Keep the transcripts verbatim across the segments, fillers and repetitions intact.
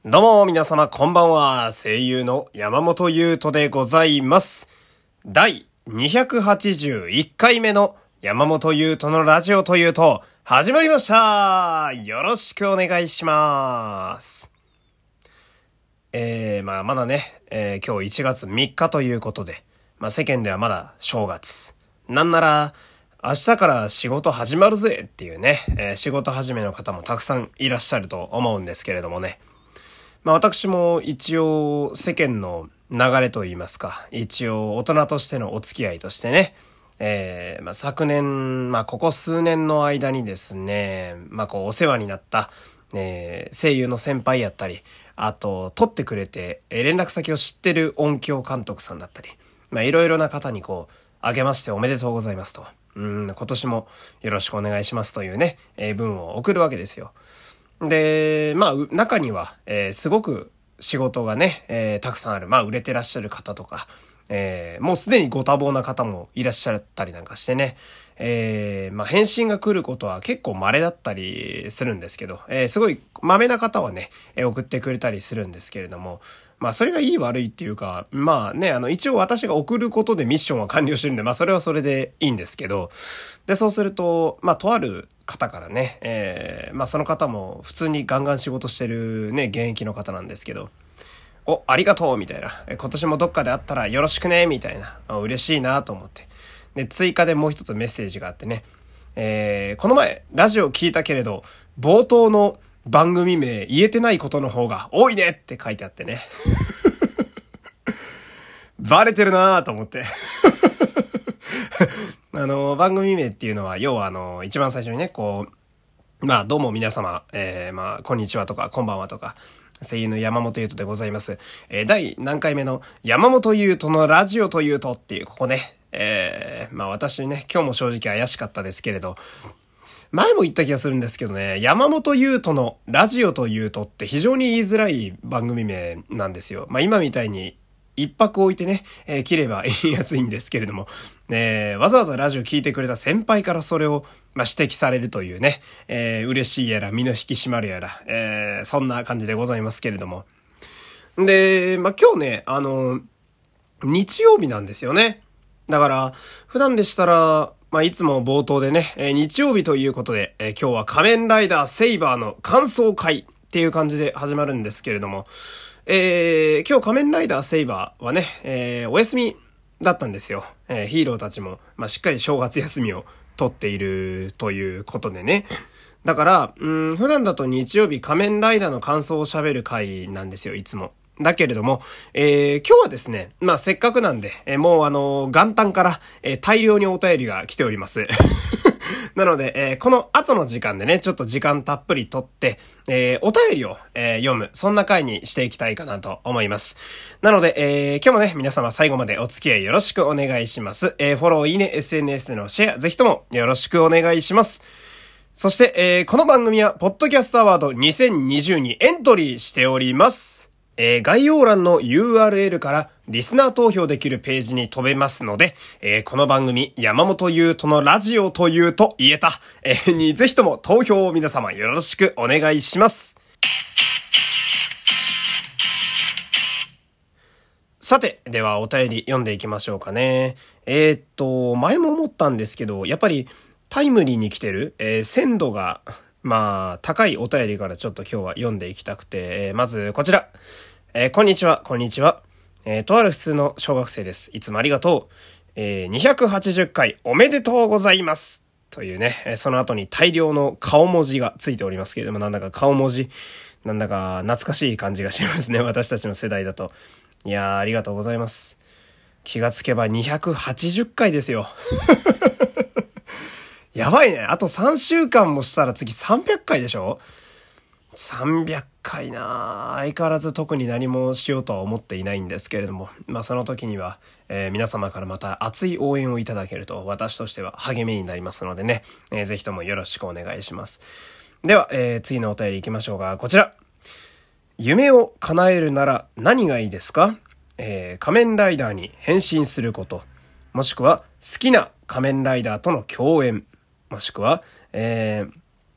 どうも皆様こんばんは。声優の山本優斗でございます。第にひゃくはちじゅういっかいめの山本優斗のラジオというと始まりました。よろしくお願いします。えー、まあまだね、えー、今日いちがつみっかということで、まあ世間ではまだ正月。なんなら明日から仕事始まるぜっていうね、えー、仕事始めの方もたくさんいらっしゃると思うんですけれどもね。まあ私も一応世間の流れといいますか、一応大人としてのお付き合いとしてね、えー、まあ昨年、まあここ数年の間にですね、まあこうお世話になった、えー、声優の先輩やったり、あと撮ってくれて連絡先を知ってる音響監督さんだったり、まあいろいろな方にこう、明けましておめでとうございますと、うん、今年もよろしくお願いしますというね、えー、文を送るわけですよ。で、まあ、中には、えー、すごく仕事がね、えー、たくさんある、まあ、売れてらっしゃる方とか、えー、もうすでにご多忙な方もいらっしゃったりなんかしてね、えー、まあ、返信が来ることは結構稀だったりするんですけど、えー、すごいまめな方はね、えー、送ってくれたりするんですけれども、まあそれがいい悪いっていうか、まあね、あの一応私が送ることでミッションは完了してるんで、まあそれはそれでいいんですけど、で、そうすると、まあとある方からね、えー、まあその方も普通にガンガン仕事してるね、現役の方なんですけど、お、ありがとうみたいな、今年もどっかで会ったらよろしくねみたいな、嬉しいなと思って。で、追加でもう一つメッセージがあってね、えー、この前ラジオ聞いたけれど、冒頭の番組名言えてないことの方が多いねって書いてあってね。バレてるなぁと思って。あの、番組名っていうのは、要はあの、一番最初にね、こう、まあ、どうも皆様、えー、まあ、こんにちはとか、こんばんはとか、声優の山本優斗でございます。えー、第何回目の山本優斗のラジオというとっていう、ここね、えー、まあ私ね、今日も正直怪しかったですけれど、前も言った気がするんですけどね、山本優斗のラジオというとって非常に言いづらい番組名なんですよ。まあ今みたいに一泊置いてね、えー、切れば言いやすいんですけれども、えー、わざわざラジオ聞いてくれた先輩からそれを、まあ、指摘されるというね、えー、嬉しいやら身の引き締まるやら、えー、そんな感じでございますけれども。で、まあ今日ね、あの、日曜日なんですよね。だから、普段でしたら、まあ、いつも冒頭でね、えー、日曜日ということで、えー、今日は仮面ライダーセイバーの感想会っていう感じで始まるんですけれども、えー、今日仮面ライダーセイバーはね、えー、お休みだったんですよ。えー、ヒーローたちも、まあ、しっかり正月休みを取っているということでね。だから、うん、普段だと日曜日仮面ライダーの感想を喋る回なんですよ、いつも。だけれども、えー、今日はですね、まあ、せっかくなんで、えー、もうあのー、元旦から、えー、大量にお便りが来ております。なので、えー、この後の時間でね、ちょっと時間たっぷりとって、えー、お便りを、えー、読む、そんな回にしていきたいかなと思います。なので、えー、今日もね、皆様最後までお付き合いよろしくお願いします。えー、フォロー、いいね、エスエヌエス でのシェア、ぜひともよろしくお願いします。そして、えー、この番組は、ポッドキャストアワードにせんにじゅうにエントリーしております。えー、概要欄の ユーアールエル からリスナー投票できるページに飛べますので、えー、この番組山本優斗のラジオというと言えた、えー、にぜひとも投票を皆様よろしくお願いします。さて、ではお便り読んでいきましょうかね。えー、っと、前も思ったんですけど、やっぱりタイムリーに来てる、えー、鮮度が、まあ、高いお便りからちょっと今日は読んでいきたくて、えー、まずこちら。えー、こんにちは、こんにちは。えー、とある普通の小学生です。いつもありがとう。えー、にひゃくはちじゅっかいおめでとうございます。というね、えー、その後に大量の顔文字がついておりますけれども、なんだか顔文字、なんだか懐かしい感じがしますね。私たちの世代だと。いやー、ありがとうございます。気がつけばにひゃくはちじゅっかいですよ。やばいね。あとさんしゅうかんもしたら次さんびゃっかいでしょ？ さんびゃっ 回な。相変わらず特に何もしようとは思っていないんですけれども、まあその時には、えー、皆様からまた熱い応援をいただけると私としては励みになりますのでね、えー、ぜひともよろしくお願いします。では、えー、次のお便り行きましょうが、こちら。夢を叶えるなら何がいいですか？えー、仮面ライダーに変身すること、もしくは好きな仮面ライダーとの共演、もしくは、えー、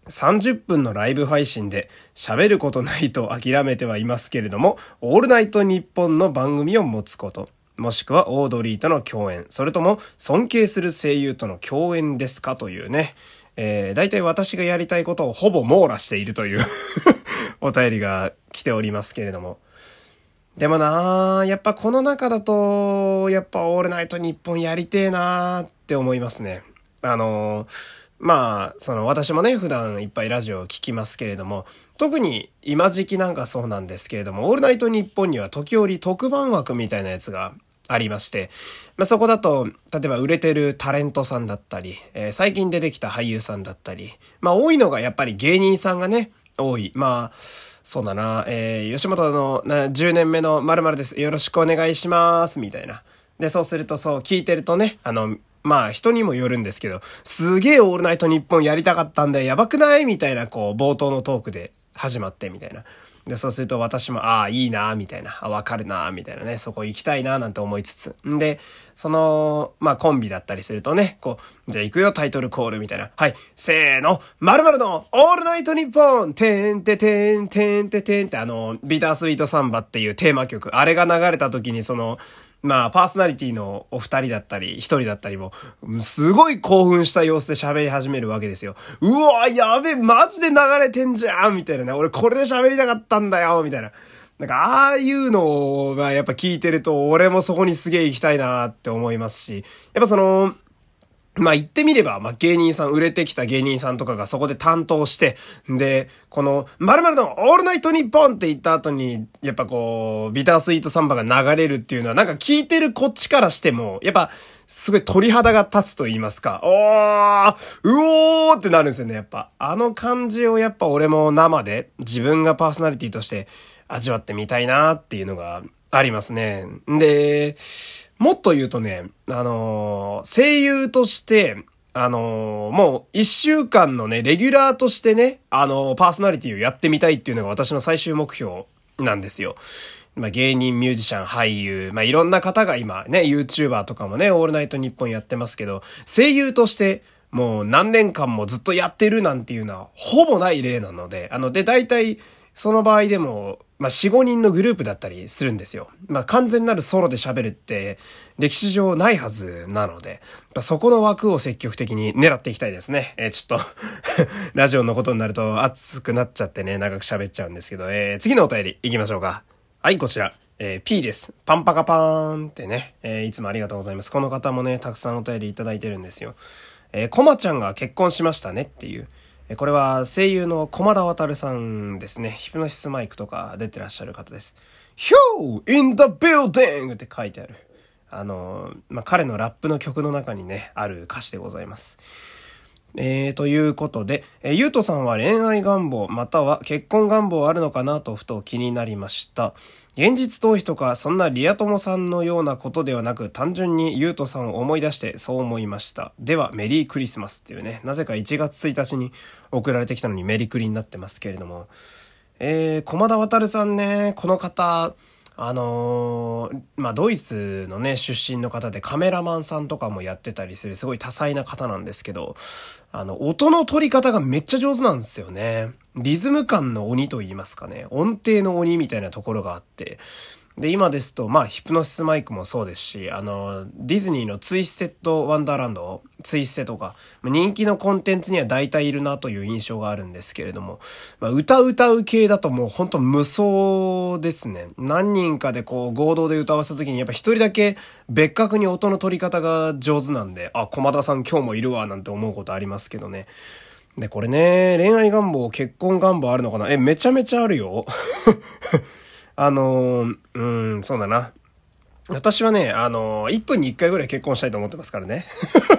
さんじゅっぷんのライブ配信で喋ることないと諦めてはいますけれども、オールナイトニッポンの番組を持つこと、もしくはオードリーとの共演、それとも尊敬する声優との共演ですかというね、えー、大体私がやりたいことをほぼ網羅しているというお便りが来ておりますけれども。でもなー、やっぱこの中だと、やっぱオールナイトニッポンやりてーなーって思いますね。あのー、まあ、その私もね、普段いっぱいラジオを聞きますけれども、特に今時期なんかそうなんですけれども、オールナイトニッポンには時折特番枠みたいなやつがありまして、まあ、そこだと、例えば売れてるタレントさんだったり、えー、最近出てきた俳優さんだったり、まあ多いのがやっぱり芸人さんがね、多い。まあ、そうだな、えー、吉本のなじゅうねんめの〇〇です。よろしくお願いします。みたいな。で、そうするとそう聞いてるとね、あの、まあ人にもよるんですけど、すげえオールナイトニッポンやりたかったんだよ、やばくないみたいな、こう、冒頭のトークで始まってみたいな。で、そうすると私も、ああ、いいな、みたいな、あ、わかるな、みたいなね、そこ行きたいな、なんて思いつつ。んで、その、まあコンビだったりするとね、こう、じゃあ行くよ、タイトルコールみたいな。はい、せーの、〇〇のオールナイトニッポンてんててんてんててんってあの、ビタースイートサンバっていうテーマ曲、あれが流れた時にその、まあ、パーソナリティのお二人だったり、一人だったりも、すごい興奮した様子で喋り始めるわけですよ。うわ、やべえ、マジで流れてんじゃんみたいなね。俺これで喋りたかったんだよみたいな。なんか、ああいうのがやっぱ聞いてると、俺もそこにすげえ行きたいなって思いますし、やっぱその、まあ言ってみれば、まあ芸人さん、売れてきた芸人さんとかがそこで担当して、で、この、〇〇のオールナイトニッポンって言った後に、やっぱこう、ビタースイートサンバが流れるっていうのは、なんか聞いてるこっちからしても、やっぱ、すごい鳥肌が立つと言いますか、おー、うおーってなるんですよね、やっぱ。あの感じをやっぱ俺も生で、自分がパーソナリティとして味わってみたいなっていうのがありますね。で、もっと言うとね、あのー、声優として、あのー、もう一週間のね、レギュラーとしてね、あのー、パーソナリティをやってみたいっていうのが私の最終目標なんですよ。まあ、芸人、ミュージシャン、俳優、まあ、いろんな方が今ね、YouTuber とかもね、オールナイトニッポンやってますけど、声優としてもう何年間もずっとやってるなんていうのはほぼない例なので、あの、で、大体、その場合でも、まあ、よん、ごにんのグループだったりするんですよ。まあ、完全なるソロで喋るって、歴史上ないはずなので、まあ、そこの枠を積極的に狙っていきたいですね。えー、ちょっと、ラジオのことになると熱くなっちゃってね、長く喋っちゃうんですけど、えー、次のお便り行きましょうか。はい、こちら。えー、P です。パンパカパーンってね、えー、いつもありがとうございます。この方もね、たくさんお便りいただいてるんですよ。えー、コマちゃんが結婚しましたねっていう。これは声優の駒田渉さんですね。ヒプノシスマイクとか出てらっしゃる方です。Yo! In the building! って書いてある。あの、まあ、彼のラップの曲の中にね、ある歌詞でございます。えー、ということで、えー、ゆうとさんは恋愛願望または結婚願望あるのかなとふと気になりました。現実逃避とかそんなリア友さんのようなことではなく、単純にゆうとさんを思い出してそう思いました。ではメリークリスマスっていうね、なぜかいちがつついたちに送られてきたのにメリクリになってますけれども、えー、駒田渉さんね、この方、あのー、まあ、ドイツのね、出身の方でカメラマンさんとかもやってたりするすごい多彩な方なんですけど、あの、音の取り方がめっちゃ上手なんですよね。リズム感の鬼と言いますかね、音程の鬼みたいなところがあって、で、今ですと、まあ、ヒプノシスマイクもそうですし、あの、ディズニーのツイステッドワンダーランド、ツイステとか、人気のコンテンツには大体いるなという印象があるんですけれども、まあ、歌歌う系だともうほんと無双ですね。何人かでこう合同で歌わせた時にやっぱ一人だけ別格に音の取り方が上手なんで、あ、駒田さん今日もいるわなんて思うことありますけどね。で、これね、恋愛願望、結婚願望あるのかな？え、めちゃめちゃあるよ。あのー、うーん、そうだな。私はね、あのー、いっぷんにいっかいぐらい結婚したいと思ってますからね。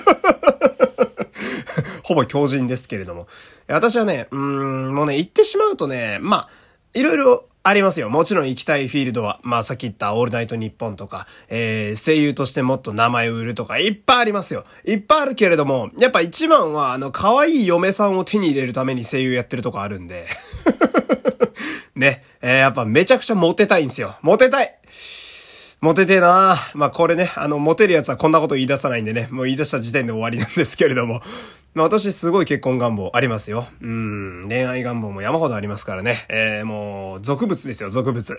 ほぼ強靭ですけれども。私はね、うーん、もうね、言ってしまうとね、まあ、いろいろありますよ。もちろん行きたいフィールドは、まあさっき言ったオールナイトニッポンとか、えー、声優としてもっと名前を売るとか、いっぱいありますよ。いっぱいあるけれども、やっぱ一番は、あの、可愛い嫁さんを手に入れるために声優やってるとこあるんで。ね、えー、やっぱめちゃくちゃモテたいんですよ。モテたいモテてえな。まあこれね、あの、モテるやつはこんなこと言い出さないんでね、もう言い出した時点で終わりなんですけれども。まあ私すごい結婚願望ありますよ。うん、恋愛願望も山ほどありますからね。えー、もう、俗物ですよ、俗物。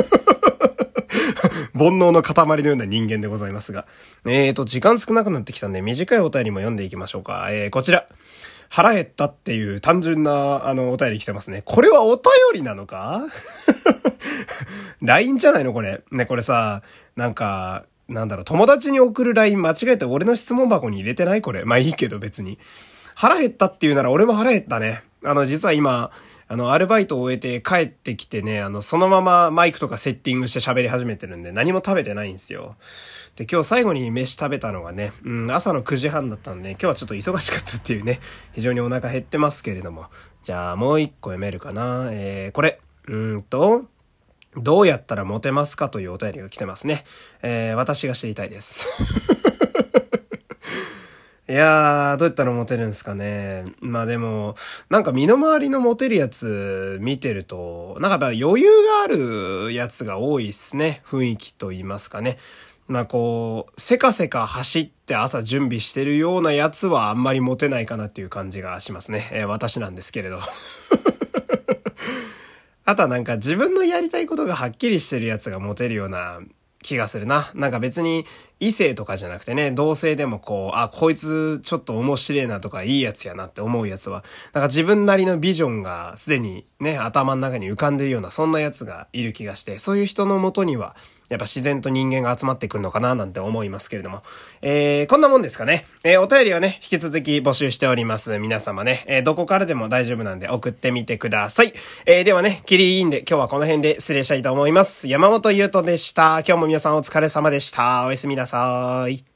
煩悩の塊のような人間でございますが。えーと、時間少なくなってきたんで、短いお便りも読んでいきましょうか。えー、こちら。腹減ったっていう単純な、あの、お便り来てますね。これはお便りなのかライン じゃないのこれ。ね、これさ、なんか、なんだろう、友達に送る ライン 間違えて俺の質問箱に入れてないこれ。まあいいけど別に。腹減ったっていうなら俺も腹減ったね。あの、実は今、あの、アルバイトを終えて帰ってきてね、あの、そのままマイクとかセッティングして喋り始めてるんで、何も食べてないんですよ。で、今日最後に飯食べたのがね、うん、朝のくじはんだったんで、今日はちょっと忙しかったっていうね、非常にお腹減ってますけれども。じゃあ、もう一個読めるかな。えー、これ。うーんと、どうやったらモテますかというお便りが来てますね。えー、私が知りたいです。いやー、どうやったらモテるんですかね。まあでも、なんか身の回りのモテるやつ見てると、なんかやっぱ余裕があるやつが多いっすね。雰囲気と言いますかね。まあこう、せかせか走って朝準備してるようなやつはあんまりモテないかなっていう感じがしますね。えー、私なんですけれど。あとはなんか自分のやりたいことがはっきりしてるやつがモテるような気がするな。なんか別に異性とかじゃなくてね、同性でもこう、あ、こいつちょっと面白いなとかいいやつやなって思うやつは、なんか自分なりのビジョンがすでにね、頭の中に浮かんでるようなそんなやつがいる気がして、そういう人のもとには、やっぱ自然と人間が集まってくるのかななんて思いますけれども。えー、こんなもんですかね。えー、お便りはね、引き続き募集しております。皆様ね、えー、どこからでも大丈夫なんで送ってみてください。えー、ではね、キリいいんで今日はこの辺で失礼したいと思います。山本優斗でした。今日も皆さんお疲れ様でした。おやすみなさい。